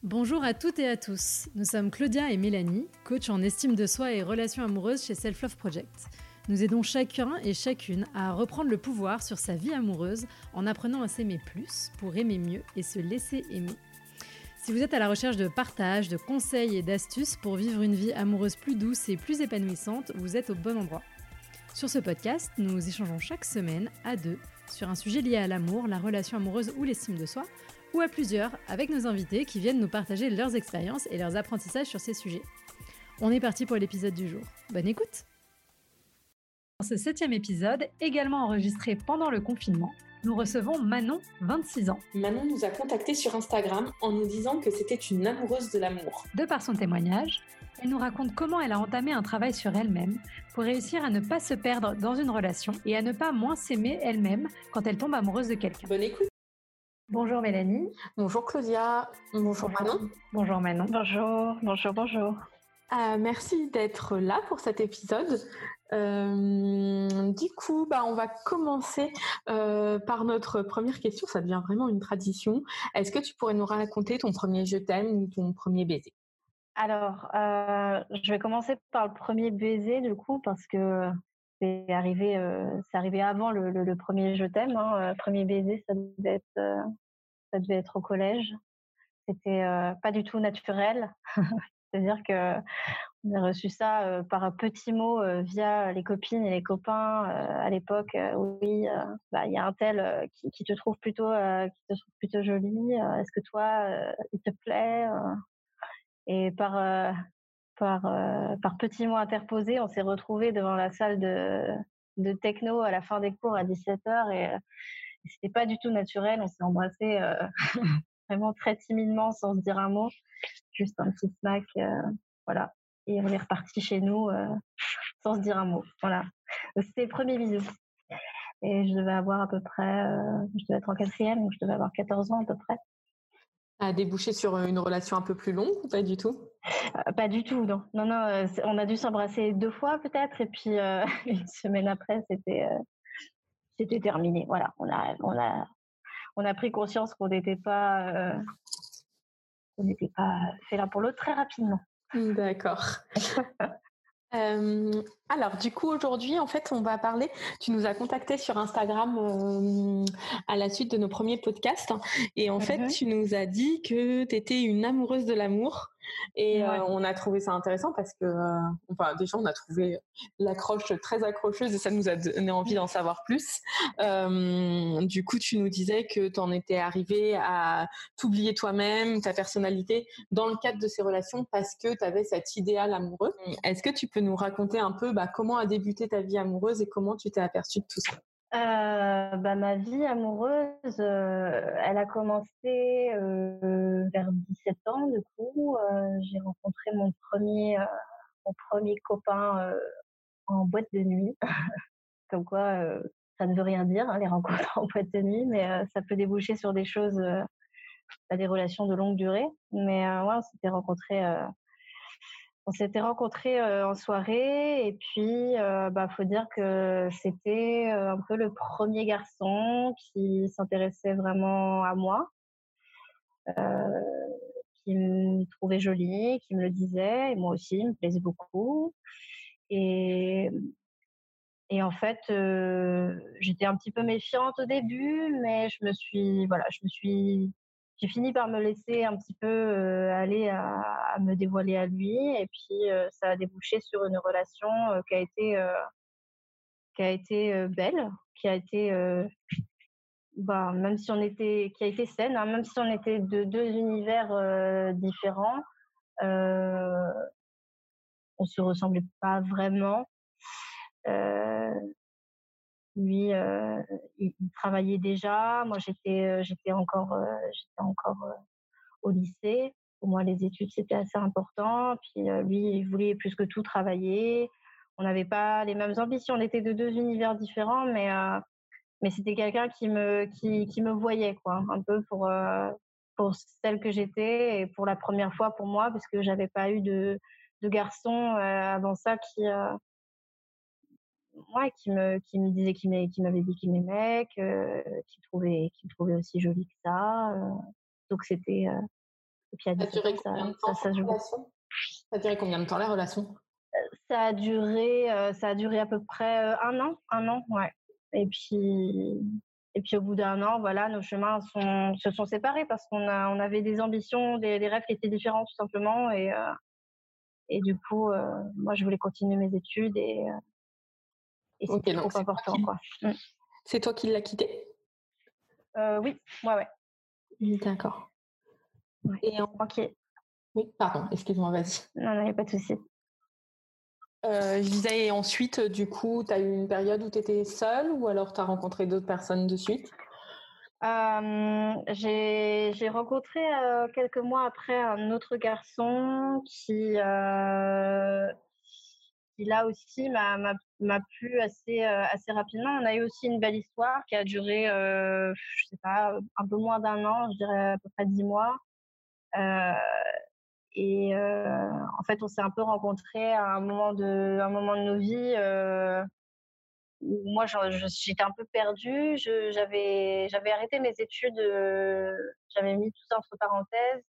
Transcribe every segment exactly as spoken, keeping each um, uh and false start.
Bonjour à toutes et à tous, nous sommes Claudia et Mélanie, coach en estime de soi et relations amoureuses chez Self Love Project. Nous aidons chacun et chacune à reprendre le pouvoir sur sa vie amoureuse en apprenant à s'aimer plus pour aimer mieux et se laisser aimer. Si vous êtes à la recherche de partage, de conseils et d'astuces pour vivre une vie amoureuse plus douce et plus épanouissante, vous êtes au bon endroit. Sur ce podcast, nous échangeons chaque semaine à deux sur un sujet lié à l'amour, la relation amoureuse ou l'estime de soi, ou à plusieurs avec nos invités qui viennent nous partager leurs expériences et leurs apprentissages sur ces sujets. On est parti pour l'épisode du jour. Bonne écoute! Dans ce septième épisode, également enregistré pendant le confinement, nous recevons Manon, vingt-six ans. Manon nous a contactés sur Instagram en nous disant que c'était une amoureuse de l'amour. De par son témoignage, elle nous raconte comment elle a entamé un travail sur elle-même pour réussir à ne pas se perdre dans une relation et à ne pas moins s'aimer elle-même quand elle tombe amoureuse de quelqu'un. Bonne écoute. Bonjour Mélanie. Bonjour Claudia. Bonjour, bonjour Manon. Bonjour Manon. Bonjour, bonjour, bonjour. Euh, merci d'être là pour cet épisode. Euh, du coup, bah, on va commencer euh, par notre première question. Ça devient vraiment une tradition. Est-ce que tu pourrais nous raconter ton premier je t'aime ou ton premier baiser? Alors, euh, je vais commencer par le premier baiser du coup parce que c'est arrivé, euh, c'est arrivé avant le, le, le premier je t'aime. Hein. Le premier baiser, ça devait être, euh, ça devait être au collège. C'était euh, pas du tout naturel. C'est-à-dire que on a reçu ça euh, par un petit mot euh, via les copines et les copains euh, à l'époque. Euh, oui, euh, bah, y a un tel euh, qui, qui te trouve plutôt, euh, qui te trouve plutôt jolie. Euh, est-ce que toi, euh, il te plaît euh, Et par euh, par euh, par petits mots interposés, on s'est retrouvés devant la salle de de techno à la fin des cours à dix-sept heures et, euh, et c'était pas du tout naturel. On s'est embrassés euh, vraiment très timidement sans se dire un mot, juste un petit smack, euh, voilà. Et on est reparti chez nous euh, sans se dire un mot. Voilà. Donc, c'était le premier bisou. Et je devais avoir à peu près, euh, je devais être en quatrième, donc je devais avoir quatorze ans à peu près. A débouché sur une relation un peu plus longue ou pas du tout? euh, Pas du tout, non. Non, non, euh, on a dû s'embrasser deux fois peut-être, et puis euh, une semaine après, c'était, euh, c'était terminé. Voilà, on a, on a, on a pris conscience qu'on n'était pas, euh, on n'était pas fait l'un pour l'autre très rapidement. D'accord. Euh, alors du coup aujourd'hui en fait on va parler, tu nous as contacté sur Instagram euh, à la suite de nos premiers podcasts et en mm-hmm. fait tu nous as dit que tu étais une amoureuse de l'amour et ouais. euh, on a trouvé ça intéressant parce que euh, enfin déjà on a trouvé l'accroche très accrocheuse et ça nous a donné envie d'en savoir plus. Euh, du coup tu nous disais que tu en étais arrivée à t'oublier toi-même, ta personnalité dans le cadre de ces relations parce que tu avais cet idéal amoureux. Est-ce que tu peux nous raconter un peu bah, comment a débuté ta vie amoureuse et comment tu t'es aperçue de tout ça? Euh, bah, ma vie amoureuse, euh, elle a commencé euh, vers dix-sept ans. Du coup, euh, j'ai rencontré mon premier, euh, mon premier copain euh, en boîte de nuit. Comme quoi, euh, ça ne veut rien dire, hein, les rencontres en boîte de nuit, mais euh, ça peut déboucher sur des choses, euh, des relations de longue durée. Mais euh, ouais, on s'était rencontrés. Euh, On s'était rencontrés euh, en soirée et puis euh, bah faut dire que c'était euh, un peu le premier garçon qui s'intéressait vraiment à moi, euh, qui me trouvait jolie, qui me le disait et moi aussi, il me plaisait beaucoup. Et et en fait, euh, j'étais un petit peu méfiante au début, mais je me suis voilà, je me suis j'ai fini par me laisser un petit peu euh, aller à, à me dévoiler à lui et puis euh, ça a débouché sur une relation euh, qui a été euh, qui a été euh, belle, qui a été euh, bah, même si on était qui a été saine, hein, même si on était de deux univers euh, différents, euh, on se ressemblait pas vraiment. Euh, lui, euh, il, il travaillait déjà, moi j'étais euh, j'étais encore euh, j'étais encore euh, au lycée. Pour moi, les études, c'était assez important. Puis euh, lui, il voulait plus que tout travailler. On n'avait pas les mêmes ambitions. On était de deux univers différents, mais, euh, mais c'était quelqu'un qui me, qui, qui me voyait, quoi, un peu pour, euh, pour celle que j'étais et pour la première fois pour moi, parce que je n'avais pas eu de, de garçon euh, avant ça qui, euh, ouais, qui, me, qui me disait qu'il m'avait, qu'il m'avait dit qu'il m'aimait, que, qu'il, trouvait, qu'il me trouvait aussi jolie que ça. Euh, donc c'était... Euh, Et puis à Ça a dix-sept duré ans, ça, combien de ça, temps ça cette se joue. relation? Ça a duré combien de temps la relation? Ça a duré, euh, ça a duré à peu près euh, un an, un an, ouais. Et puis, et puis au bout d'un an, voilà, nos chemins sont, se sont séparés parce qu'on a, on avait des ambitions, des, des rêves qui étaient différents tout simplement. Et, euh, et du coup, euh, moi, je voulais continuer mes études et, euh, et Ok, c'était trop donc c'est toi important, qui, quoi. Mm. c'est toi qui l'as quitté? Euh, oui, ouais, ouais. D'accord. Ouais. Et en... Ok. Oui, pardon, excuse-moi, vas-y. Non, non, il n'y a pas de souci. Euh, je disais, et ensuite, euh, du coup, tu as eu une période où tu étais seule ou alors tu as rencontré d'autres personnes de suite? Euh, j'ai, j'ai rencontré euh, quelques mois après un autre garçon qui, euh, qui là aussi m'a, m'a, m'a plu assez, euh, assez rapidement. On a eu aussi une belle histoire qui a duré, euh, je sais pas, un peu moins d'un an, je dirais à peu près dix mois. Euh, et euh, en fait, on s'est un peu rencontrés à un moment de, un moment de nos vies. Euh, où moi, je, je- j'étais un peu perdue. Je, j'avais, j'avais arrêté mes études, euh, j'avais mis tout ça entre parenthèses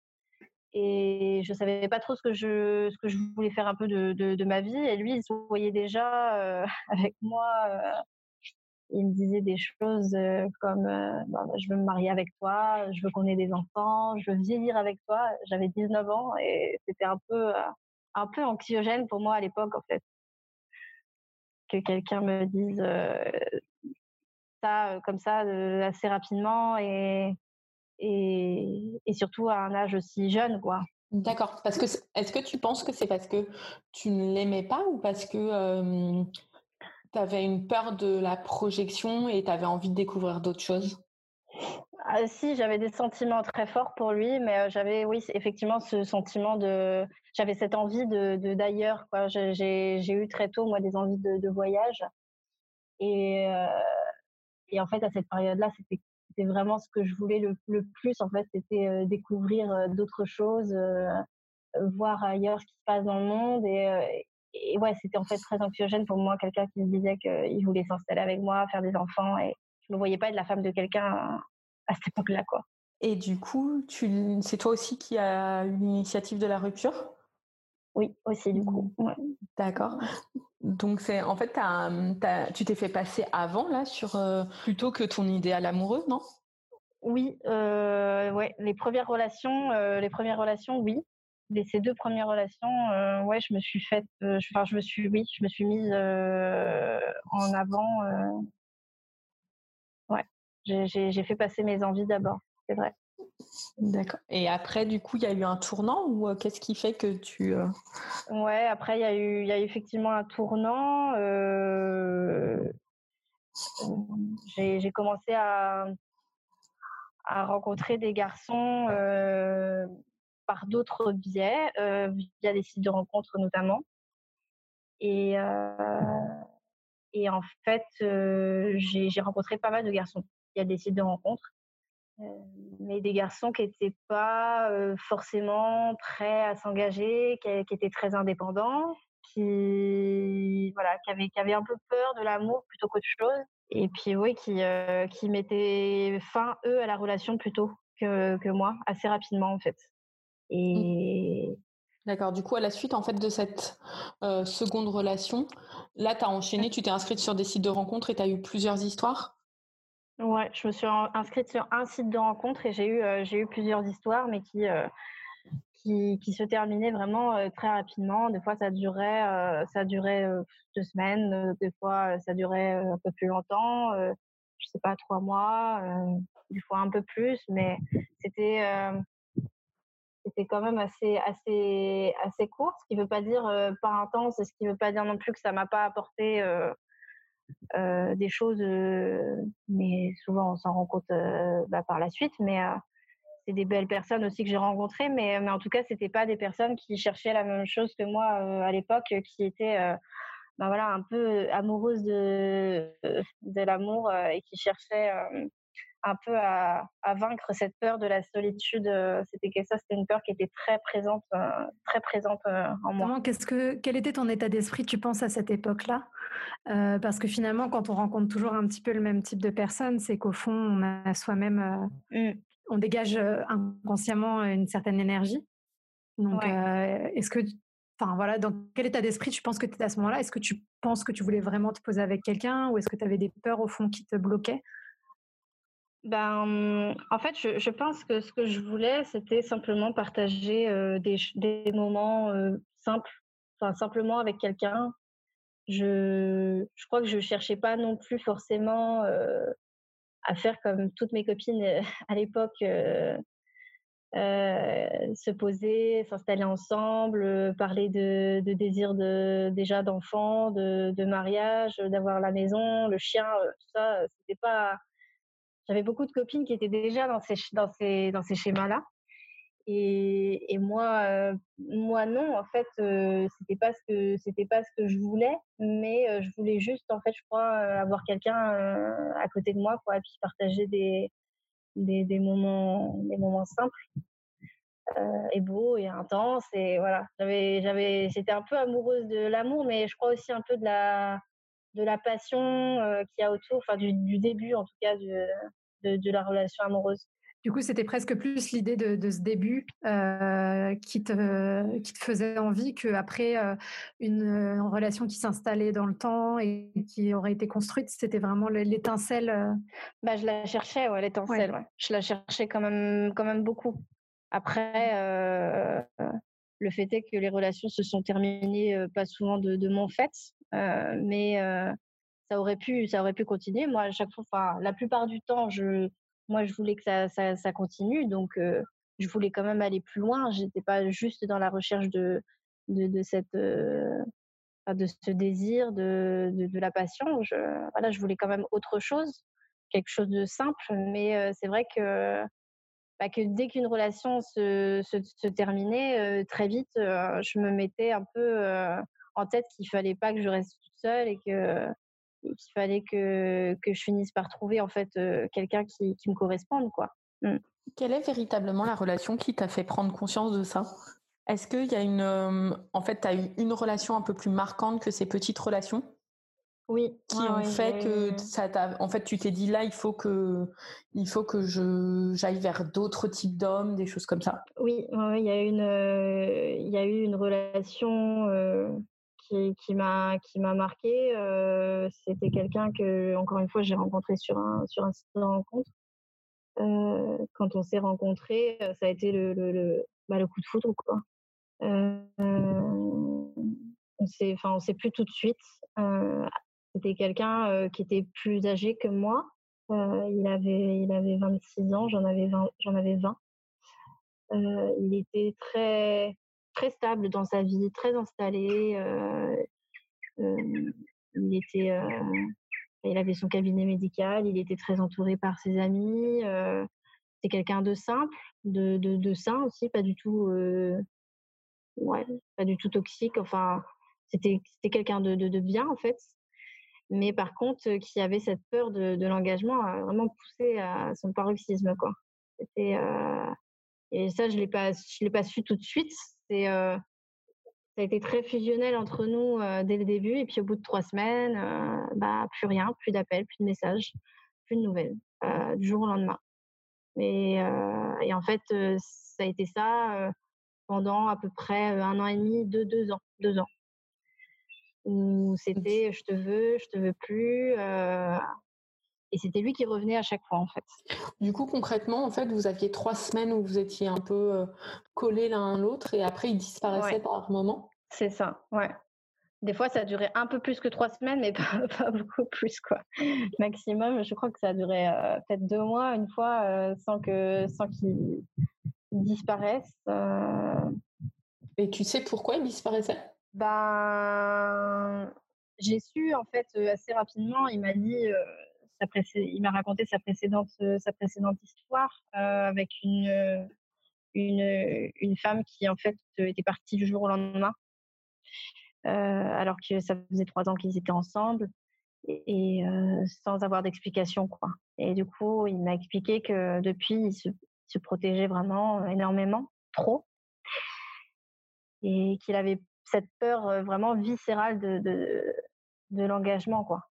et je savais pas trop ce que je, ce que je voulais faire un peu de, de, de ma vie. Et lui, il se voyait déjà euh, avec moi. Euh, il me disait des choses euh, comme euh, Bah, je veux me marier avec toi, je veux qu'on ait des enfants, je veux vieillir avec toi. J'avais dix-neuf ans et c'était un peu, euh, un peu anxiogène pour moi à l'époque, en fait, que quelqu'un me dise euh, ça, heu, comme ça, heu, assez rapidement et et et surtout à un âge aussi jeune, quoi. D'accord. Parce que c'est- est-ce que tu penses que c'est parce que tu ne l'aimais pas ou parce que tu avais une peur de la projection et tu avais envie de découvrir d'autres choses? Ah si, j'avais des sentiments très forts pour lui, mais heu, j'avais, oui, c'est effectivement ce sentiment de j'avais cette envie de de d'ailleurs, quoi. J'ai j'ai j'ai eu très tôt, moi, des envies de de voyage et heu et en fait, à cette période-là, c'était c'était vraiment ce que je voulais le le plus, en fait, c'était, heu, découvrir, heu, d'autres choses, heu voir ailleurs ce qui se passe dans le monde et, euh, et ouais, c'était en fait très anxiogène pour moi, quelqu'un qui me disait qu'il voulait s'installer avec moi, faire des enfants et je me voyais pas être la femme de quelqu'un à, à cette époque-là, quoi. Et du coup, tu, c'est toi aussi qui as eu l'initiative de la rupture? Oui, aussi du Mmh. coup. Ouais. D'accord. Donc c'est en fait, t'as, t'as- tu t'es fait passer avant là sur euh, plutôt que ton idéal amoureux, non? Oui, euh, ouais, les premières relations, euh, les premières relations, oui. Les, ces deux premières relations, euh, ouais, je me suis faite, euh, je- enfin, je me suis, oui, je me suis mise euh, en avant. Euh, ouais, j'ai j'ai- j'ai fait passer mes envies d'abord, c'est vrai. D'accord. Et après, du coup, il y a eu un tournant ou euh, qu'est-ce qui fait que tu... euh, Ouais, après il y a eu il y a eu effectivement un tournant, heu, j'ai j'ai commencé à à rencontrer des garçons, heu, par d'autres biais, heu, via des sites de rencontres notamment et heu et en fait, heu, j'ai j'ai rencontré pas mal de garçons. Il y a des sites de rencontres, heu, mais des garçons qui étaient pas, heu, forcément prêts à s'engager, qui qui étaient très indépendants, qui voilà, qui avaient qui avaient un peu peur de l'amour plutôt qu'autre chose et puis oui, qui, heu, qui mettaient fin, eux, à la relation plutôt que que moi, assez rapidement, en fait et D'accord. Du coup, à la suite en fait de cette euh, seconde relation, là, tu as enchaîné, tu t'es inscrite sur des sites de rencontres et tu as eu plusieurs histoires? ouais, je me suis inscrite sur un site de rencontre et j'ai eu, heu, j'ai eu plusieurs histoires mais qui, heu qui, qui se terminait vraiment euh, très rapidement. Des fois, ça durait, euh, ça durait euh, deux semaines. Euh, des fois, euh, ça durait euh, un peu plus longtemps. Euh, je sais pas, trois mois. Euh, des fois un peu plus, mais c'était euh, c'était quand même assez assez assez court. Ce qui veut pas dire euh, pas intense, et ce qui veut pas dire non plus que ça m'a pas apporté euh, euh, des choses. Euh, mais souvent, on s'en rend compte euh, bah, par la suite. Mais euh, c'est des belles personnes aussi que j'ai rencontrées, mais, mais en tout cas, c'était pas des personnes qui cherchaient la même chose que moi euh, à l'époque, qui étaient euh, ben voilà, un peu amoureuses de, de l'amour euh, et qui cherchaient euh, un peu à, à vaincre cette peur de la solitude. Euh, C'était que ça, c'était une peur qui était très présente, euh, très présente euh, en moi. Comment, qu'est-ce que, quel était ton état d'esprit, tu penses, à cette époque-là? Euh, parce que finalement, quand on rencontre toujours un petit peu le même type de personne, c'est qu'au fond, on a soi-même, euh, Mm. on dégage euh, inconsciemment une certaine énergie. Donc, Ouais. euh, est-ce que, enfin voilà, dans quel état d'esprit tu penses que tu étais à ce moment-là? Est-ce que tu penses que tu voulais vraiment te poser avec quelqu'un ou est-ce que tu avais des peurs au fond qui te bloquaient? Ben, en fait, je, je pense que ce que je voulais, c'était simplement partager euh, des, ch- des moments euh, simples, enfin simplement avec quelqu'un. Je, je crois que je cherchais pas non plus forcément euh, à faire comme toutes mes copines euh, à l'époque, euh, euh, se poser, s'installer ensemble, euh, parler de, de désir de déjà d'enfant, de, de mariage, d'avoir la maison, le chien, euh, tout ça. euh, C'était pas. J'avais beaucoup de copines qui étaient déjà dans ces sch- dans ces dans ces schémas-là. Et, et moi, euh, moi non, en fait, euh, c'était pas ce que c'était pas ce que je voulais, mais euh, je voulais juste, en fait, je crois, euh, avoir quelqu'un euh, à côté de moi, quoi, et puis partager des, des, des moments, des moments simples et beaux et intenses, et voilà. J'avais, j'avais, j'étais un peu amoureuse de l'amour, mais je crois aussi un peu de la, de la passion euh, qu'il y a autour, enfin du, du début en tout cas du, de, de la relation amoureuse. Du coup, c'était presque plus l'idée de, de ce début euh, qui, te, qui te faisait envie qu'après euh, une, une relation qui s'installait dans le temps et qui aurait été construite, c'était vraiment l'étincelle. Euh... Bah, je la cherchais, ouais, Ouais. l'étincelle, ouais. Je la cherchais quand même, quand même beaucoup. Après, euh, le fait est que les relations se sont terminées euh, pas souvent de, de mon fait, euh, mais euh, ça aurait pu, ça aurait pu continuer. Moi, à chaque fois, enfin, la plupart du temps, je, moi, je voulais que ça, ça, ça continue, donc euh, je voulais quand même aller plus loin. J'étais pas juste dans la recherche de, de, de cette, euh, enfin, de ce désir, de, de, de la passion. Je, voilà, je voulais quand même autre chose, quelque chose de simple, mais euh, c'est vrai que bah, que dès qu'une relation se, se, se terminait, euh, très vite, euh, je me mettais un peu euh, en tête qu'il fallait pas que je reste toute seule et que et qu'il fallait que, que je finisse par trouver en fait euh, quelqu'un qui, qui me corresponde, quoi. Mm. Quelle est véritablement la relation qui t'a fait prendre conscience de ça? Est-ce qu'il y a une... euh, en fait, tu as eu une relation un peu plus marquante que ces petites relations Oui, qui ouais, ont ouais, fait que j'ai- ça t'a... En fait, tu t'es dit, là, il faut que, il faut que je... j'aille vers d'autres types d'hommes, des choses comme ça? oui, ouais, ouais, il y a une, euh, il y a eu une relation euh, qui, qui m'a, qui m'a marquée. Euh, c'était quelqu'un que, encore une fois, j'ai rencontré sur un, sur un site de rencontre. Euh, quand on s'est rencontrés, euh, ça a été le, le, le, bah, le coup de foudre, quoi. Euh, on s'est, enfin, on s'est plus tout de suite. Euh, C'était quelqu'un euh, qui était plus âgé que moi. Euh, il avait, il avait vingt-six ans, j'en avais vingt, j'en avais vingt. Euh, il était très, très stable dans sa vie, très installé. Euh, euh, il était, euh, il avait son cabinet médical. Il était très entouré par ses amis. Euh, c'est quelqu'un de simple, de, de, de sain aussi, pas du tout, euh, ouais, pas du tout toxique. Enfin, c'était, c'était quelqu'un de, de, de bien en fait. Mais par contre, euh, qui avait cette peur de, de l'engagement, a vraiment poussé à son paroxysme, quoi. C'était, euh, et ça, je l'ai pas, je l'ai pas su tout de suite. C'est, euh, ça a été très fusionnel entre nous euh, dès le début, et puis au bout de trois semaines, euh, bah plus rien, plus d'appels, plus de messages, plus de nouvelles, euh, du jour au lendemain. Et, euh, et en fait, euh, ça a été ça euh, pendant à peu près euh, un an et demi, deux, deux ans, deux ans, où c'était je te veux, je te veux plus, euh, et c'était lui qui revenait à chaque fois en fait. Du coup, concrètement, en fait, vous aviez trois semaines où vous étiez un peu euh, collés l'un à l'autre et après, il disparaissait Ouais, par moment. c'est ça, ouais. Des fois, ça a duré un peu plus que trois semaines, mais pas, pas beaucoup plus, quoi. Maximum, je crois que ça a duré euh, peut-être deux mois, une fois, euh, sans que, sans qu'il disparaisse. Euh, Et tu sais pourquoi il disparaissait? ben, j'ai su en fait euh, assez rapidement. Il m'a dit, euh, sa précé- il m'a raconté sa précédente, euh, sa précédente histoire euh, avec une, euh, une, une femme qui en fait euh, était partie du jour au lendemain, euh, alors que ça faisait trois ans qu'ils étaient ensemble. et, et euh, sans avoir d'explication, quoi. Et du coup, il m'a expliqué que depuis, il se, il se protégeait vraiment énormément, trop, et qu'il avait cette peur euh, vraiment viscérale de, de, de l'engagement, quoi.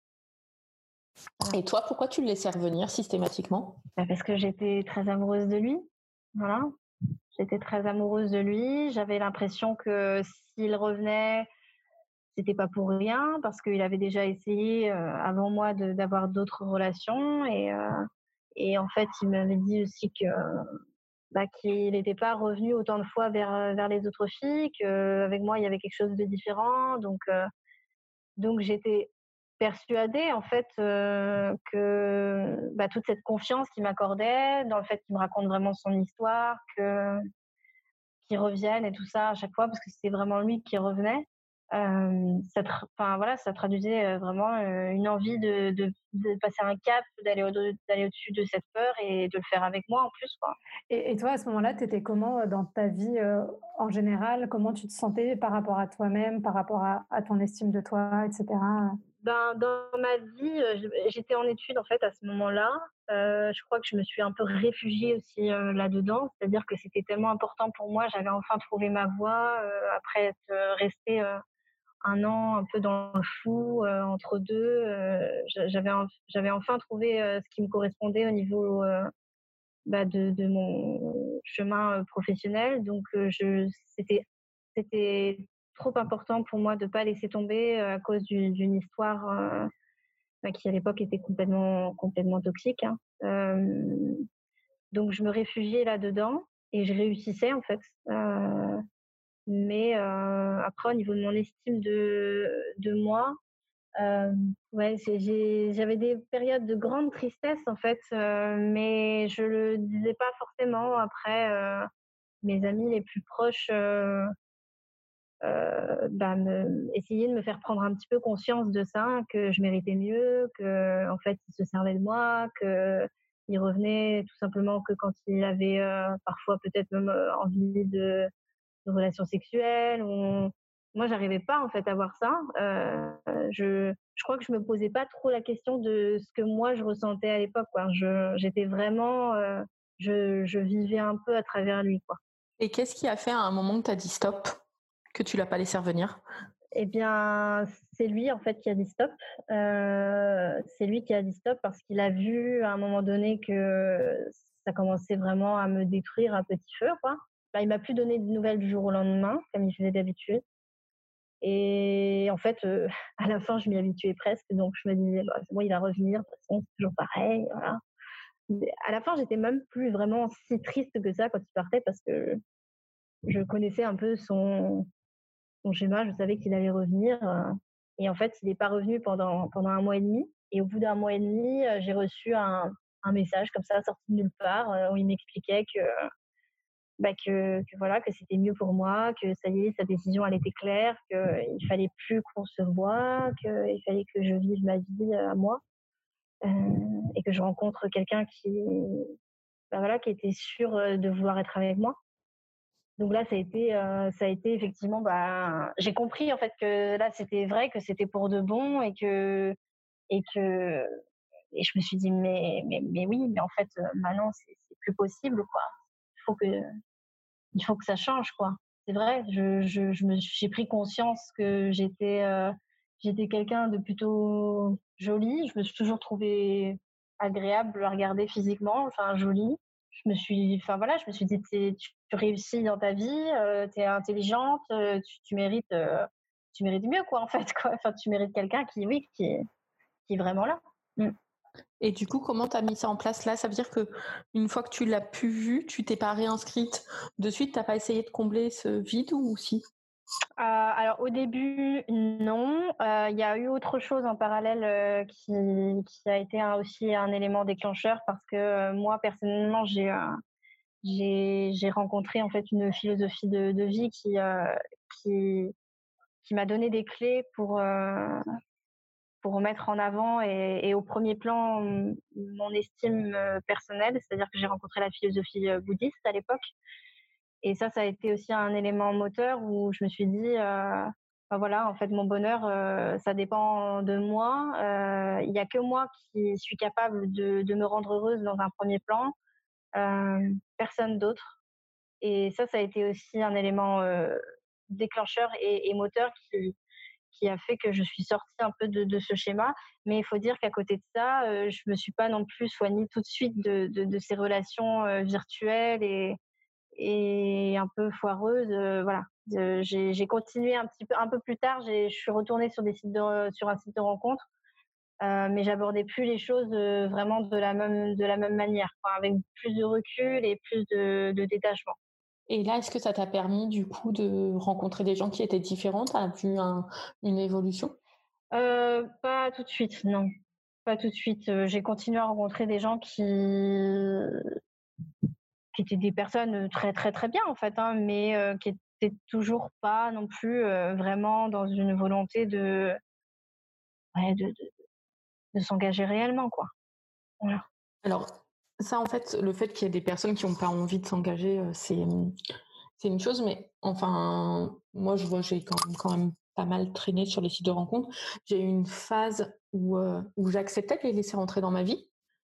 Voilà. Et toi, pourquoi tu le laissais revenir systématiquement? Bah, parce que j'étais très amoureuse de lui. Voilà. J'étais très amoureuse de lui. J'avais l'impression que s'il revenait, c'était pas pour rien, parce qu'il avait déjà essayé euh, avant moi de, d'avoir d'autres relations. Et, euh, et en fait, il m'avait dit aussi que bah, qu'il n'était pas revenu autant de fois vers, vers les autres filles, qu'avec moi, il y avait quelque chose de différent. Donc, euh, donc j'étais persuadée en fait euh, que bah, toute cette confiance qu'il m'accordait, dans le fait qu'il me raconte vraiment son histoire, que qu'il revienne et tout ça à chaque fois, parce que c'était vraiment lui qui revenait. Euh, ça, tra- enfin, voilà, ça traduisait euh, vraiment euh, une envie de, de, de passer un cap, d'aller, au, d'aller au-dessus de cette peur et de le faire avec moi en plus, quoi. Et, et toi, à ce moment-là, tu étais comment euh, dans ta vie euh, en général? Comment tu te sentais par rapport à toi-même, par rapport à, à ton estime de toi, et cetera? Ben, dans ma vie, euh, je- j'étais en études en fait à ce moment-là. Euh, je crois que je me suis un peu réfugiée aussi euh, là-dedans, c'est-à-dire que c'était tellement important pour moi. J'avais enfin trouvé ma voie euh, après être euh, restée euh, un an un peu dans le flou euh, entre deux. Euh, j'a- j'avais en- j'avais enfin trouvé euh, ce qui me correspondait au niveau euh, bah, de, de mon chemin euh, professionnel. Donc euh, je c'était c'était trop important pour moi de pas laisser tomber euh, à cause du- d'une histoire euh, bah, qui à l'époque était complètement complètement toxique, hein. Euh, donc je me réfugiais là-dedans et je réussissais en fait. Euh, mais euh, après au niveau de mon estime de de moi, euh, ouais, c'est- j'ai, j'avais des périodes de grande tristesse en fait, euh, mais je le disais pas forcément. Après, euh, mes amis les plus proches euh, euh, bah, me, essayaient de me faire prendre un petit peu conscience de ça, que je méritais mieux, que en fait ils se servaient de moi, que il revenait tout simplement que quand il avait euh, parfois peut-être même euh, envie de de relations sexuelles. On... Moi, j'arrivais pas en fait à voir ça. Euh, je, je crois que je me posais pas trop la question de ce que moi je ressentais à l'époque, quoi. Je, j'étais vraiment, euh, je, je vivais un peu à travers lui, quoi. Et qu'est-ce qui a fait à un moment que tu as dit stop, que tu l'as pas laissé revenir? Eh bien, c'est lui en fait qui a dit stop. Euh, c'est lui qui a dit stop parce qu'il a vu à un moment donné que ça commençait vraiment à me détruire à petit feu, quoi. Bah, il m'a plus donné de nouvelles du jour au lendemain, comme il faisait d'habitude. Et en fait, euh, à la fin, je m'y habituais presque. Donc, je me disais, bah, c'est bon, il va revenir. De toute façon, c'est toujours pareil. Voilà. Mais à la fin, j'étais même plus vraiment si triste que ça quand il partait parce que je connaissais un peu son, son schéma. Je savais qu'il allait revenir. euh, Et en fait, il n'est pas revenu pendant, pendant un mois et demi. Et au bout d'un mois et demi, euh, j'ai reçu un, un message comme ça, sorti de nulle part, euh, où il m'expliquait que bah que, que voilà, que c'était mieux pour moi, que ça y est, sa décision elle était claire, qu'il fallait plus qu'on se voit, qu'il fallait que je vive ma vie euh, à moi, euh, et que je rencontre quelqu'un qui, bah voilà, qui était sûr euh, de vouloir être avec moi. Donc là, ça a été, euh, ça a été effectivement, bah, j'ai compris en fait que là c'était vrai, que c'était pour de bon et que et que et je me suis dit mais mais mais oui, mais en fait euh, maintenant c'est, c'est plus possible, quoi. Il faut que il faut que ça change, quoi. C'est vrai, je, je, je me, j'ai pris conscience que j'étais, euh, j'étais quelqu'un de plutôt joli. Je me suis toujours trouvée agréable à regarder physiquement, enfin jolie. Je me suis, enfin voilà, je me suis dit, tu, tu réussis dans ta vie, euh, tu es intelligente, euh, tu, tu mérites, euh, tu mérites mieux, quoi, en fait, quoi. Enfin, tu mérites quelqu'un qui, oui, qui, qui est vraiment là. Mm. Et du coup, comment tu as mis ça en place là? Ça veut dire que une fois que tu l'as plus vu, tu t'es pas réinscrite de suite, t'as pas essayé de combler ce vide ou si? Euh, alors au début, non. Euh, Il y a eu autre chose en parallèle euh, qui, qui a été un- aussi un élément déclencheur parce que euh, moi personnellement, j'ai euh, j'ai j'ai rencontré en fait une philosophie de, de vie qui euh, qui qui m'a donné des clés pour euh, pour mettre en avant et, et au premier plan m- mon estime euh, personnelle. C'est-à-dire que j'ai rencontré la philosophie euh, bouddhiste à l'époque. Et ça, ça a été aussi un élément moteur où je me suis dit, euh, Enfin, voilà, en fait, mon bonheur, euh, ça dépend de moi. Euh, Il n'y a que moi qui suis capable de, de me rendre heureuse dans un premier plan, euh, personne d'autre. Et ça, ça a été aussi un élément euh, déclencheur et, et moteur qui, qui a fait que je suis sortie un peu de, de ce schéma. Mais il faut dire qu'à côté de ça, euh, je me suis pas non plus soignée tout de suite de, de, de ces relations euh, virtuelles et, et un peu foireuses. Euh, voilà. Euh, j'ai, j'ai continué un petit peu, un peu plus tard. J'ai, je suis retournée sur des sites de, sur un site de rencontre, euh, mais j'abordais plus les choses euh, vraiment de la même, de la même manière, quoi, avec plus de recul et plus de, de détachement. Et là, est-ce que ça t'a permis du coup de rencontrer des gens qui étaient différents? Tu as vu un, une évolution? Euh, pas tout de suite, non. Pas tout de suite. Euh, j'ai continué à rencontrer des gens qui, qui étaient des personnes très très très bien en fait, hein, mais euh, qui étaient toujours pas non plus euh, vraiment dans une volonté de, ouais, de, de, de s'engager réellement, quoi. Voilà. Alors, ça, en fait, le fait qu'il y ait des personnes qui n'ont pas envie de s'engager, euh, c'est, c'est une chose, mais enfin, moi, je vois, j'ai quand même, quand même pas mal traîné sur les sites de rencontres. J'ai eu une phase où, euh, où j'acceptais de les laisser rentrer dans ma vie.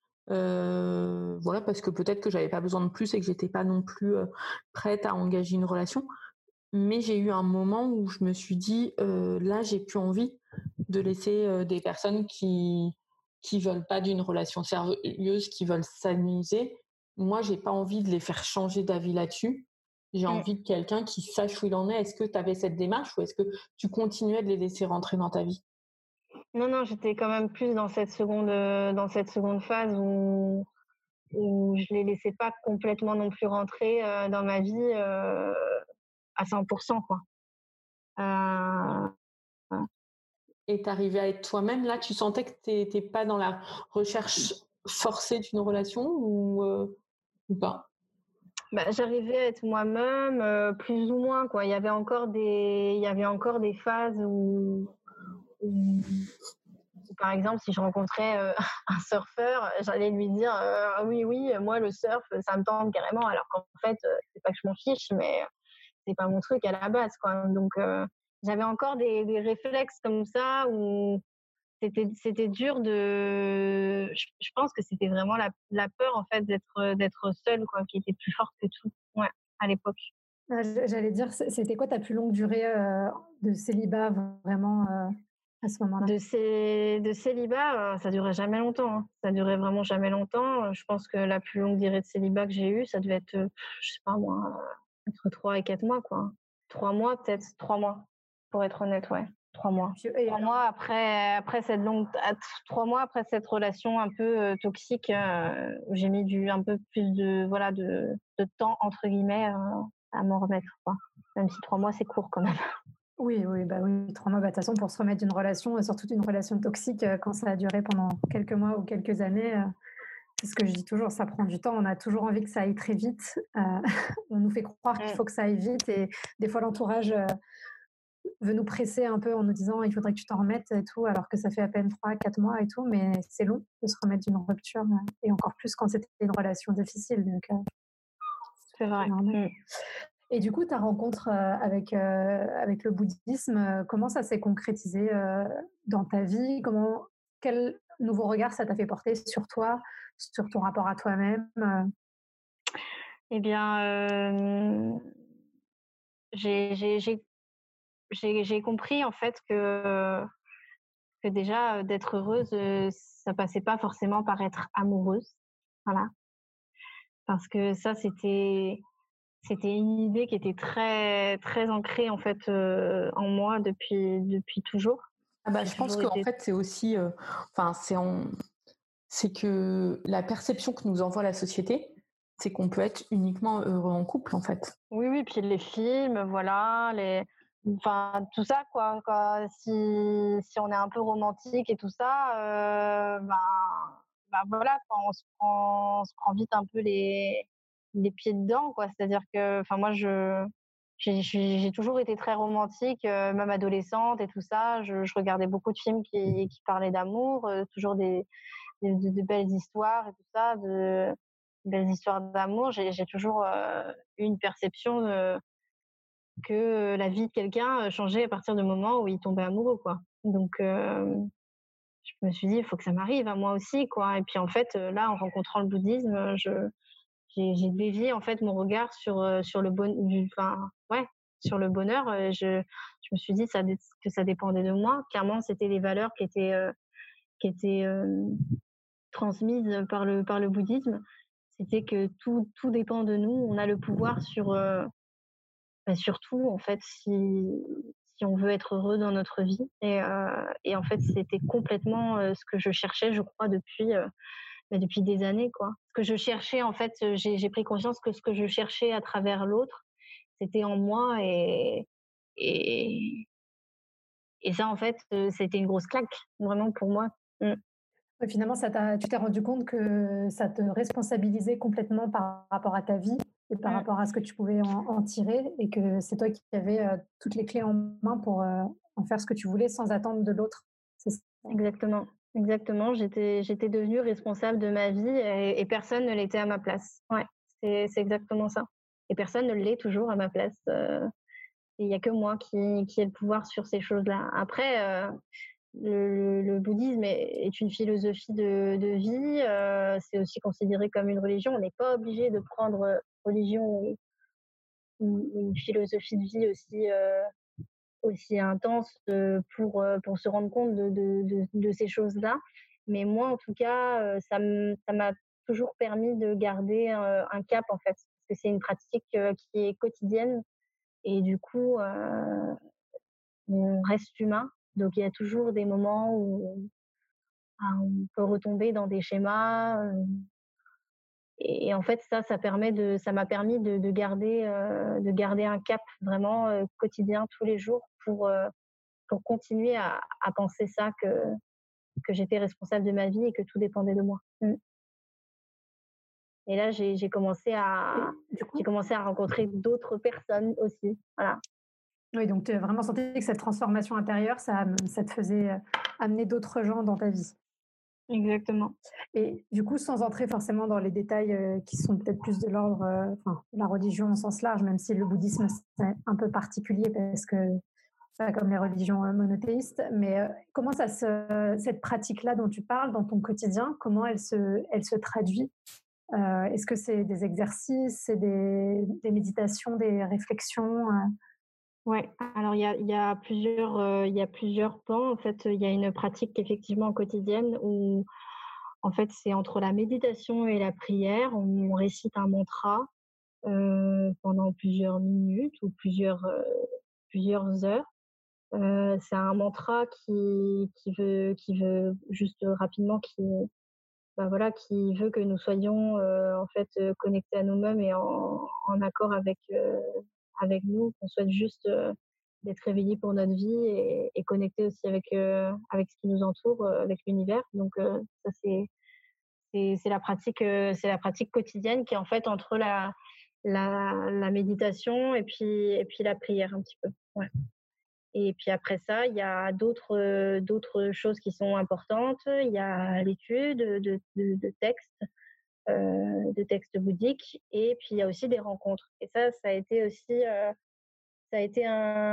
Euh, voilà, parce que peut-être que j'avais pas besoin de plus et que j'étais pas non plus euh, prête à engager une relation. Mais j'ai eu un moment où je me suis dit, euh, là, j'ai plus envie de laisser euh, des personnes qui qui veulent pas d'une relation sérieuse, qui veulent s'amuser. Moi, j'ai pas envie de les faire changer d'avis là-dessus. J'ai Mm. envie de quelqu'un qui sache où il en est. Est-ce que tu avais cette démarche ou est-ce que tu continuais de les laisser rentrer dans ta vie? Non, non, j'étais quand même plus dans cette seconde, euh, dans cette seconde phase où, où je les laissais pas complètement non plus rentrer euh, dans ma vie euh, à cent pour cent, quoi. Euh, Et t'arrivais à être toi-même, là, tu sentais que t'étais pas dans la recherche forcée d'une relation ou, euh, ou pas? Bah, j'arrivais à être moi-même, euh, plus ou moins, quoi. Il y avait encore des, il y avait encore des phases où, où, où, par exemple, si je rencontrais euh, un surfeur, j'allais lui dire, euh, ah oui, oui, moi le surf, ça me tente carrément, alors qu'en fait, euh, c'est pas que je m'en fiche, mais c'est pas mon truc à la base, quoi. Donc, euh, j'avais encore des, des réflexes comme ça où c'était, c'était dur de. Je, je pense que c'était vraiment la, la peur, en fait, d'être, d'être seule, quoi, qui était plus forte que tout. Ouais, à l'époque. Ah, j- J'allais dire, c- c'était quoi ta plus longue durée euh, de célibat vraiment euh, à ce moment-là? De, ces, de célibat, euh, ça durait jamais longtemps, hein. Ça durait vraiment jamais longtemps. Je pense que la plus longue durée de célibat que j'ai eue, ça devait être, euh, je sais pas moi, euh, entre trois et quatre mois, quoi. Trois mois, peut-être. Trois mois, pour être honnête, ouais. Trois mois. Puis- et Trois alors, mois après, après cette longue, trois mois après cette relation un peu euh, toxique, euh, où j'ai mis du, un peu plus de, voilà, de, de temps, entre guillemets, euh, à m'en remettre, quoi. Même si trois mois, c'est court quand même. oui, oui, bah oui, trois mois, bah, de toute façon, pour se remettre d'une relation, et surtout d'une relation toxique, euh, quand ça a duré pendant quelques mois ou quelques années, euh, c'est ce que je dis toujours, ça prend du temps. On a toujours envie que ça aille très vite. Euh, on nous fait croire qu'il Mm. faut que ça aille vite, et des fois, l'entourage euh, veut nous presser un peu en nous disant il faudrait que tu t'en remettes et tout, alors que ça fait à peine trois, quatre mois et tout, mais c'est long de se remettre d'une rupture, euh, et encore plus quand c'était une relation difficile, donc euh, C'est c'est vrai. normal. Mm. Et du coup, ta rencontre euh, avec, euh, avec le bouddhisme, euh, comment ça s'est concrétisé euh, dans ta vie? Comment, quel nouveau regard ça t'a fait porter sur toi, sur ton rapport à toi-même? euh Eh bien, euh, j'ai, j'ai, j'ai, j'ai, j'ai compris en fait que, que déjà euh, d'être heureuse, euh, ça passait pas forcément par être amoureuse. Voilà. Parce que ça, c'était, c'était une idée qui était très, très ancrée en fait euh, en moi depuis, depuis toujours. Ah bah, J'ai je pense toujours qu'en été. fait, c'est aussi, euh, enfin, c'est en, c'est que la perception que nous envoie la société, c'est qu'on peut être uniquement heureux en couple, en fait. Oui, oui, puis les films, voilà, les, enfin tout ça quoi. Quoi. Si, si on est un peu romantique et tout ça, euh, ben, ben voilà, quoi, on se prend, on se prend vite un peu les, les pieds dedans, quoi. C'est-à-dire que, enfin moi je, j'ai, j'ai j'ai toujours été très romantique, euh, même adolescente et tout ça. Je, je regardais beaucoup de films qui, qui parlaient d'amour, euh, toujours des, des de, de belles histoires et tout ça, de belles histoires d'amour. J'ai, j'ai toujours euh, eu une perception de que la vie de quelqu'un changeait à partir du moment où il tombait amoureux, quoi. Donc, euh, je me suis dit, il faut que ça m'arrive à moi aussi, quoi. Et puis en fait, là, en rencontrant le bouddhisme, je, j'ai, j'ai dévié en fait mon regard sur sur le bon, enfin, ouais, sur le bonheur. Je, je me suis dit ça, que ça dépendait de moi. Clairement, c'était les valeurs qui étaient euh, qui étaient euh, transmises par le par le bouddhisme. C'était que tout tout dépend de nous. On a le pouvoir sur euh, bah, sur tout en fait, si si on veut être heureux dans notre vie. Et euh, et en fait, c'était complètement euh, ce que je cherchais, je crois, depuis euh, mais depuis des années, quoi. Ce que je cherchais, en fait, j'ai, j'ai pris conscience que ce que je cherchais à travers l'autre, c'était en moi et, et, et ça, en fait, c'était une grosse claque, vraiment pour moi. Mm. Ouais, finalement, ça t'a tu t'es rendu compte que ça te responsabilisait complètement par rapport à ta vie et par Mm. rapport à ce que tu pouvais en en tirer et que c'est toi qui avais, heu, toutes les clés en main pour, heu, en faire ce que tu voulais sans attendre de l'autre. C'est ça? Exactement. Exactement. J'étais, j'étais devenue responsable de ma vie et, et personne ne l'était à ma place. Ouais, c'est, c'est exactement ça. Et personne ne l'est toujours à ma place. Euh, il n'y a que moi qui, qui ai le pouvoir sur ces choses-là. Après, euh, le, le bouddhisme est, est une philosophie de, de vie. Euh, c'est aussi considéré comme une religion. On n'est pas obligé de prendre religion ou, ou une philosophie de vie aussi, euh, aussi intense euh, pour, euh, pour se rendre compte de, de, de, de ces choses-là. Mais moi, en tout cas, euh, ça m'a toujours permis de garder euh, un cap, en fait. Parce que c'est une pratique euh, qui est quotidienne. Et du coup, euh, on reste humain. Donc, il y a toujours des moments où ah, on peut retomber dans des schémas. Euh, et, et en fait, ça, ça permet de, ça m'a permis de, de garder, euh, de garder un cap vraiment euh, quotidien tous les jours pour euh, pour continuer à, à penser ça que que j'étais responsable de ma vie et que tout dépendait de moi. Mm. Et là, j'ai, j'ai commencé à Et du j'ai coup commencé à rencontrer d'autres personnes aussi. Voilà. oui, donc tu as vraiment senti que cette transformation intérieure, ça, ça te faisait, heu, amener d'autres gens dans ta vie. Exactement. Et du coup, sans entrer forcément dans les détails euh, qui sont peut-être plus de l'ordre, euh, enfin, la religion au sens large, même si le bouddhisme c'est un peu particulier parce que pas comme les religions euh, monothéistes, mais euh, comment ça se, cette pratique-là dont tu parles dans ton quotidien, comment elle se, elle se traduit? Euh, Est-ce que c'est des exercices, c'est des, des méditations, des réflexions? euh Ouais. Alors il y a il y a plusieurs euh, il y a plusieurs plans. En fait, il y a une pratique effectivement quotidienne où en fait c'est entre la méditation et la prière. On récite un mantra euh, pendant plusieurs minutes ou plusieurs euh, plusieurs heures. Euh, c'est un mantra qui, qui, veut, qui veut juste rapidement, qui, bah voilà, qui veut que nous soyons euh, en fait euh, connectés à nous-mêmes et en, en accord avec, euh, avec nous, qu'on souhaite juste euh, d'être réveillés pour notre vie et, et connectés aussi avec, euh, avec ce qui nous entoure, euh, avec l'univers. Donc euh, ça c'est, c'est, c'est la pratique, euh, c'est la pratique quotidienne qui est en fait entre la, la, la méditation et puis, et puis la prière un petit peu. Ouais. Et puis après ça, il y a d'autres, euh, d'autres choses qui sont importantes. Il y a l'étude de, de, de textes, euh, de textes bouddhiques, et puis il y a aussi des rencontres. Et ça, ça a été aussi, euh, ça a été un,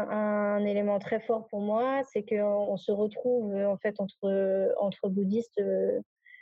un élément très fort pour moi, c'est qu'on on se retrouve en fait entre entre bouddhistes euh,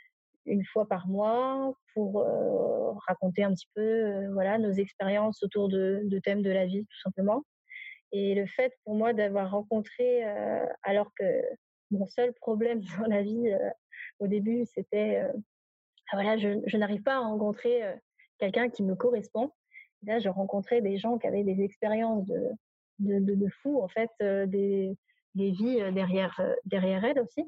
une fois par mois pour euh, raconter un petit peu, euh, voilà, nos expériences autour de, de thèmes de la vie, tout simplement. Et le fait pour moi d'avoir rencontré, euh, alors que mon seul problème dans la vie euh, au début, c'était, euh, ah, voilà, je, je n'arrive pas à rencontrer euh, quelqu'un qui me correspond. Et là, je rencontrais des gens qui avaient des expériences de, de, de, de fous, en fait, euh, des, des vies euh, derrière, euh, derrière elles aussi.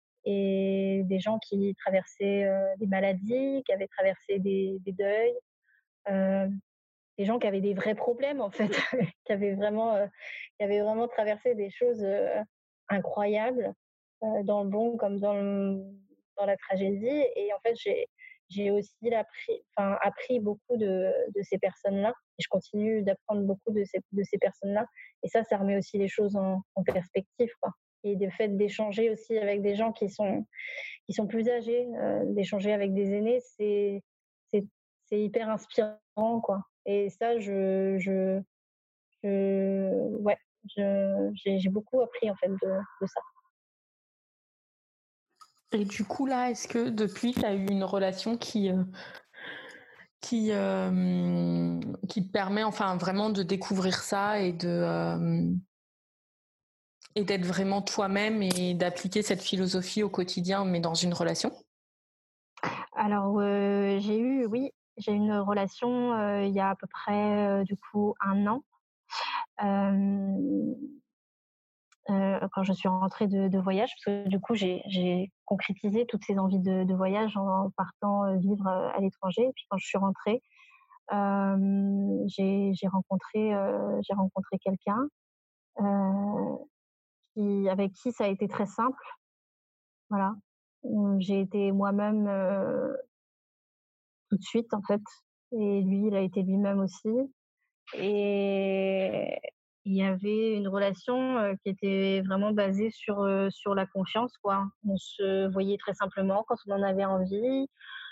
Et des gens qui traversaient euh, des maladies, qui avaient traversé des, des deuils. Euh, des gens qui avaient des vrais problèmes en fait, qui avaient vraiment, euh, qui avaient vraiment traversé des choses euh, incroyables euh, dans le bon comme dans le, dans la tragédie. Et en fait, j'ai j'ai aussi appris, enfin, appris beaucoup de, de ces personnes-là. Et je continue d'apprendre beaucoup de ces, de ces personnes-là. Et ça, ça remet aussi les choses en, en perspective, quoi. Et le fait d'échanger aussi avec des gens qui sont, qui sont plus âgés, euh, d'échanger avec des aînés, c'est, c'est, c'est hyper inspirant, quoi. Et ça, je, je, je, ouais, je, j'ai, j'ai beaucoup appris en fait de, de ça. Et du coup, là, est-ce que depuis, tu as eu une relation qui, euh, qui, euh, qui te permet enfin vraiment de découvrir ça et de euh, et d'être vraiment toi-même et d'appliquer cette philosophie au quotidien, mais dans une relation? Alors, euh, j'ai eu, oui, j'ai eu une relation euh, il y a à peu près euh, du coup un an. Euh, euh, quand je suis rentrée de, de voyage, parce que du coup j'ai, j'ai concrétisé toutes ces envies de, de voyage en partant euh, vivre euh, à l'étranger. Et puis quand je suis rentrée, euh, j'ai, j'ai rencontré, euh, j'ai rencontré quelqu'un euh, qui, avec qui ça a été très simple. Voilà, j'ai été moi-même euh, tout de suite en fait, et lui, il a été lui-même aussi. Et il y avait une relation euh, qui était vraiment basée sur, euh, sur la confiance, quoi. On se voyait très simplement quand on en avait envie.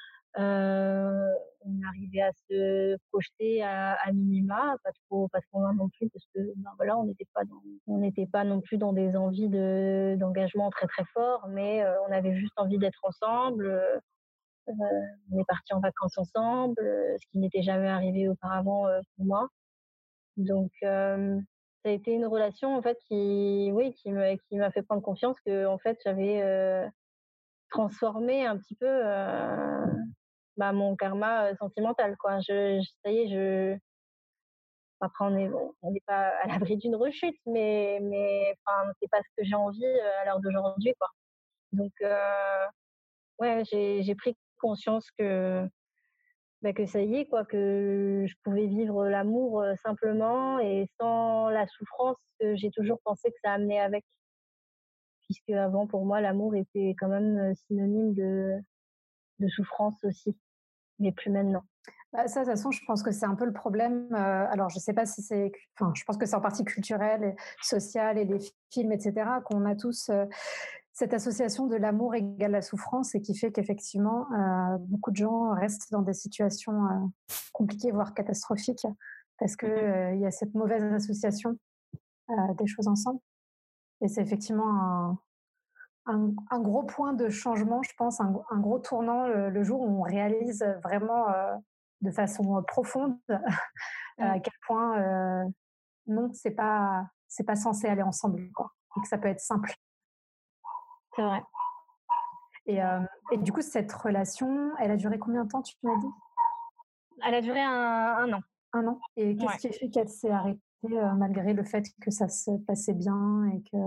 Euh, on arrivait à se projeter à, à minima, pas trop, pas trop loin non plus, parce que ben voilà, on n'était pas dans, on n'était pas non plus dans des envies de, d'engagement très très forts, mais euh, on avait juste envie d'être ensemble. Euh, on est partis en vacances ensemble, euh, ce qui n'était jamais arrivé auparavant euh, pour moi. Donc, euh, ça a été une relation en fait qui, oui, qui m'a qui m'a fait prendre confiance que en fait j'avais euh, transformé un petit peu euh, bah, mon karma euh, sentimental, quoi. Je, je- ça y est, je. Après, on est on n'est pas à l'abri d'une rechute, mais mais enfin, c'est pas ce que j'ai envie euh, à l'heure d'aujourd'hui, quoi. Donc, euh, ouais, j'ai j'ai pris conscience que bah, que ça y est, quoi, que je pouvais vivre l'amour euh, simplement et sans la souffrance que j'ai toujours pensé que ça amenait avec. Puisque avant, pour moi, l'amour était quand même euh, synonyme de, de souffrance aussi, mais plus maintenant. Bah, ça, de toute façon, je pense que c'est un peu le problème. euh, alors, je ne sais pas si c'est, enfin, je pense que c'est en partie culturel, et social, et les films, et cetera, qu'on a tous euh, cette association de l'amour égale la souffrance, et qui fait qu'effectivement, euh, beaucoup de gens restent dans des situations euh, compliquées, voire catastrophiques, parce que euh, il y a cette mauvaise association euh, des choses ensemble. Et c'est effectivement un, un, un gros point de changement, je pense, un, un gros tournant le, le jour où on réalise vraiment euh, de façon profonde à quel point euh, non, c'est pas c'est pas censé aller ensemble, quoi. Et que ça peut être simple. C'est vrai. Et, euh, et du coup, cette relation, elle a duré combien de temps, tu m'as dit? Elle a duré un, un an. Un an. Et qu'est-ce Ouais. qui a fait qu'elle s'est arrêtée euh, malgré le fait que ça se passait bien et que.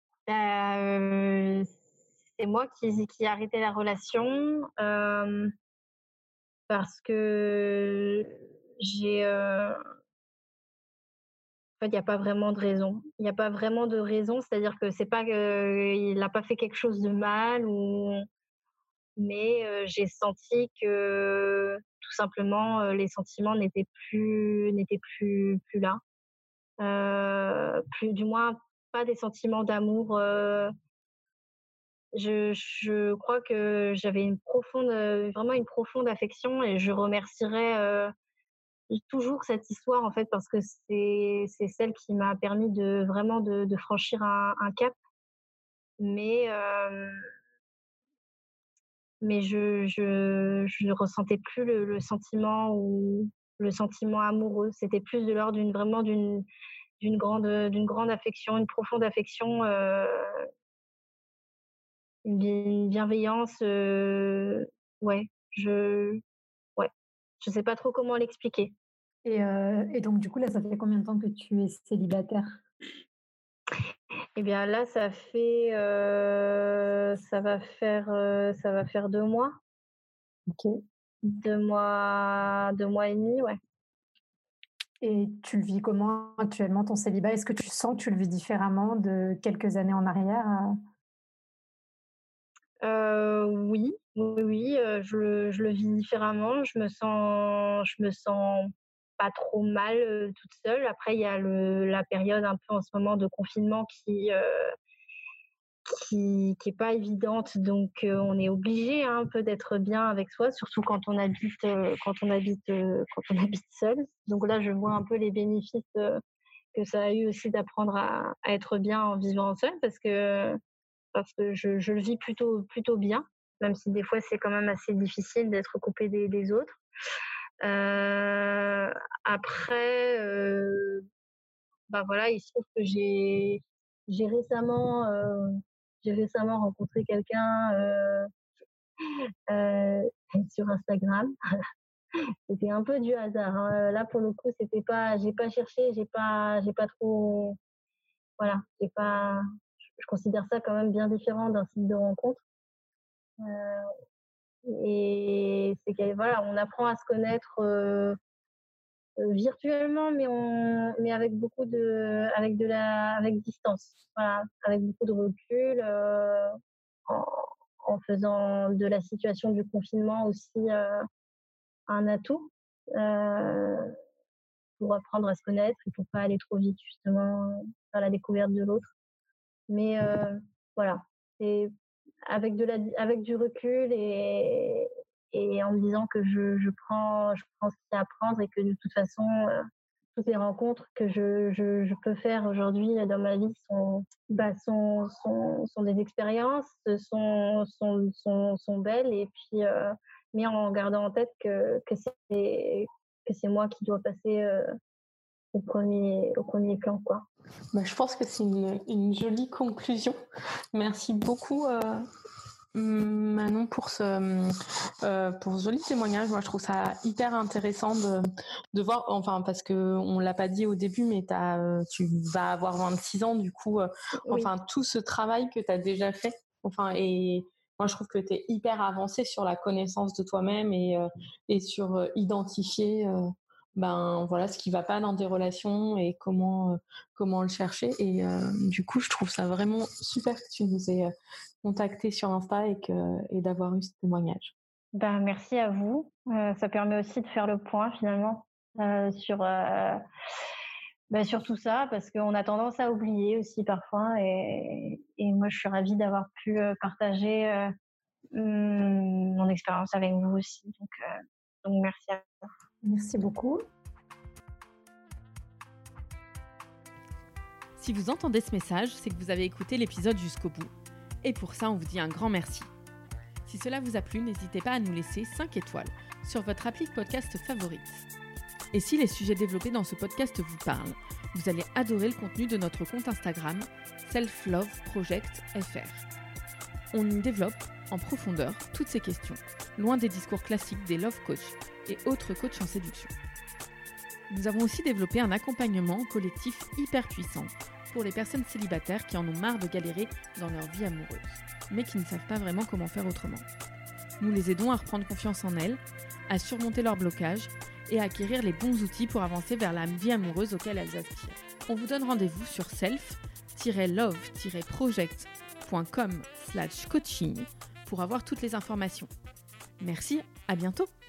Euh, c'est moi qui, qui ai arrêté la relation euh, parce que j'ai. Euh, en fait, il n'y a pas vraiment de raison. Il n'y a pas vraiment de raison, c'est-à-dire que c'est pas qu'il n'a pas fait quelque chose de mal ou mais euh, j'ai senti que tout simplement euh, les sentiments n'étaient plus n'étaient plus plus là, euh, plus du moins pas des sentiments d'amour. Euh, je, je crois que j'avais une profonde, euh, vraiment une profonde affection et je remercierai euh, toujours cette histoire en fait parce que c'est c'est celle qui m'a permis de vraiment de, de franchir un, un cap. Mais euh, mais je je je ne ressentais plus le, le sentiment ou le sentiment amoureux. C'était plus de l'ordre d'une vraiment d'une d'une grande d'une grande affection, une profonde affection, euh, une, une bienveillance. Euh, ouais, je ouais, je sais pas trop comment l'expliquer. Et, euh, et donc, du coup, là, ça fait combien de temps que tu es célibataire? Eh bien là, ça fait euh, ça va faire euh, ça va faire deux mois, Ok. deux mois, deux mois et demi, ouais. Et tu le vis comment actuellement, ton célibat? Est-ce que tu sens que tu le vis différemment de quelques années en arrière? euh Heu, oui, oui, oui, heu, je le je le vis différemment. Je me sens je me sens pas trop mal, heu, toute seule. Après, il y a le la période un peu en ce moment de confinement qui, heu, qui qui est pas évidente, donc heu, on est obligé, hein, un peu d'être bien avec soi, surtout quand on habite, heu, quand on habite, heu, quand on habite seul. Donc là, je vois un peu les bénéfices, heu, que ça a eu aussi d'apprendre à, à être bien en vivant seule, parce que, parce que je, je le vis plutôt, plutôt bien, même si des fois c'est quand même assez difficile d'être coupé des, des autres. Euh, après, euh, bah voilà, il se trouve que j'ai, j'ai récemment, euh, j'ai récemment rencontré quelqu'un euh, euh, sur Instagram. C'était un peu du hasard. Hein. Là, pour le coup, c'était pas, j'ai pas cherché, j'ai pas, j'ai pas trop, voilà, j'ai pas, je considère ça quand même bien différent d'un site de rencontre. Euh, et c'est que voilà, on apprend à se connaître euh, virtuellement, mais on, mais avec beaucoup de, avec de la, avec distance, voilà, avec beaucoup de recul, euh, en, en faisant de la situation du confinement aussi euh, un atout. Euh, pour apprendre à se connaître et pour pas aller trop vite justement faire la découverte de l'autre. Mais euh, voilà, c'est avec de la, avec du recul et et en me disant que je, je prends je prends ce qu'il y a à prendre et que de toute façon euh, toutes les rencontres que je, je, je peux faire aujourd'hui dans ma vie sont bah, sont, sont sont des expériences, sont sont sont, sont belles et puis euh, mais en gardant en tête que que c'est que c'est moi qui dois passer euh, au premier, au premier plan, quoi. Bah, je pense que c'est une, une jolie conclusion. Merci beaucoup, euh, Manon, pour ce, euh, pour ce joli témoignage. Moi, je trouve ça hyper intéressant de, de voir, enfin, parce qu'on ne l'a pas dit au début, mais t'as, euh, tu vas avoir vingt-six ans, du coup, euh, oui. Enfin, tout ce travail que tu as déjà fait, enfin, et moi, je trouve que tu es hyper avancée sur la connaissance de toi-même et, euh, et sur euh, identifier euh, ben voilà ce qui va pas dans des relations et comment euh, comment le chercher et euh, du coup je trouve ça vraiment super que tu nous aies contacté sur Insta et que et d'avoir eu ce témoignage. Ben merci à vous, euh, ça permet aussi de faire le point finalement euh, sur euh, ben, sur tout ça parce qu'on a tendance à oublier aussi parfois et, et moi je suis ravie d'avoir pu euh, partager euh, mon expérience avec vous aussi donc euh, donc merci à vous. Merci beaucoup. Si vous entendez ce message, c'est que vous avez écouté l'épisode jusqu'au bout. Et pour ça, on vous dit un grand merci. Si cela vous a plu, n'hésitez pas à nous laisser cinq étoiles sur votre appli podcast favorite. Et si les sujets développés dans ce podcast vous parlent, vous allez adorer le contenu de notre compte Instagram Self Love Project F R. On y développe en profondeur toutes ces questions, loin des discours classiques des love coachs et autres coachs en séduction. Nous avons aussi développé un accompagnement collectif hyper puissant pour les personnes célibataires qui en ont marre de galérer dans leur vie amoureuse, mais qui ne savent pas vraiment comment faire autrement. Nous les aidons à reprendre confiance en elles, à surmonter leurs blocages et à acquérir les bons outils pour avancer vers la vie amoureuse auquel elles aspirent. On vous donne rendez-vous sur self love project point com slash coaching pour avoir toutes les informations. Merci, à bientôt!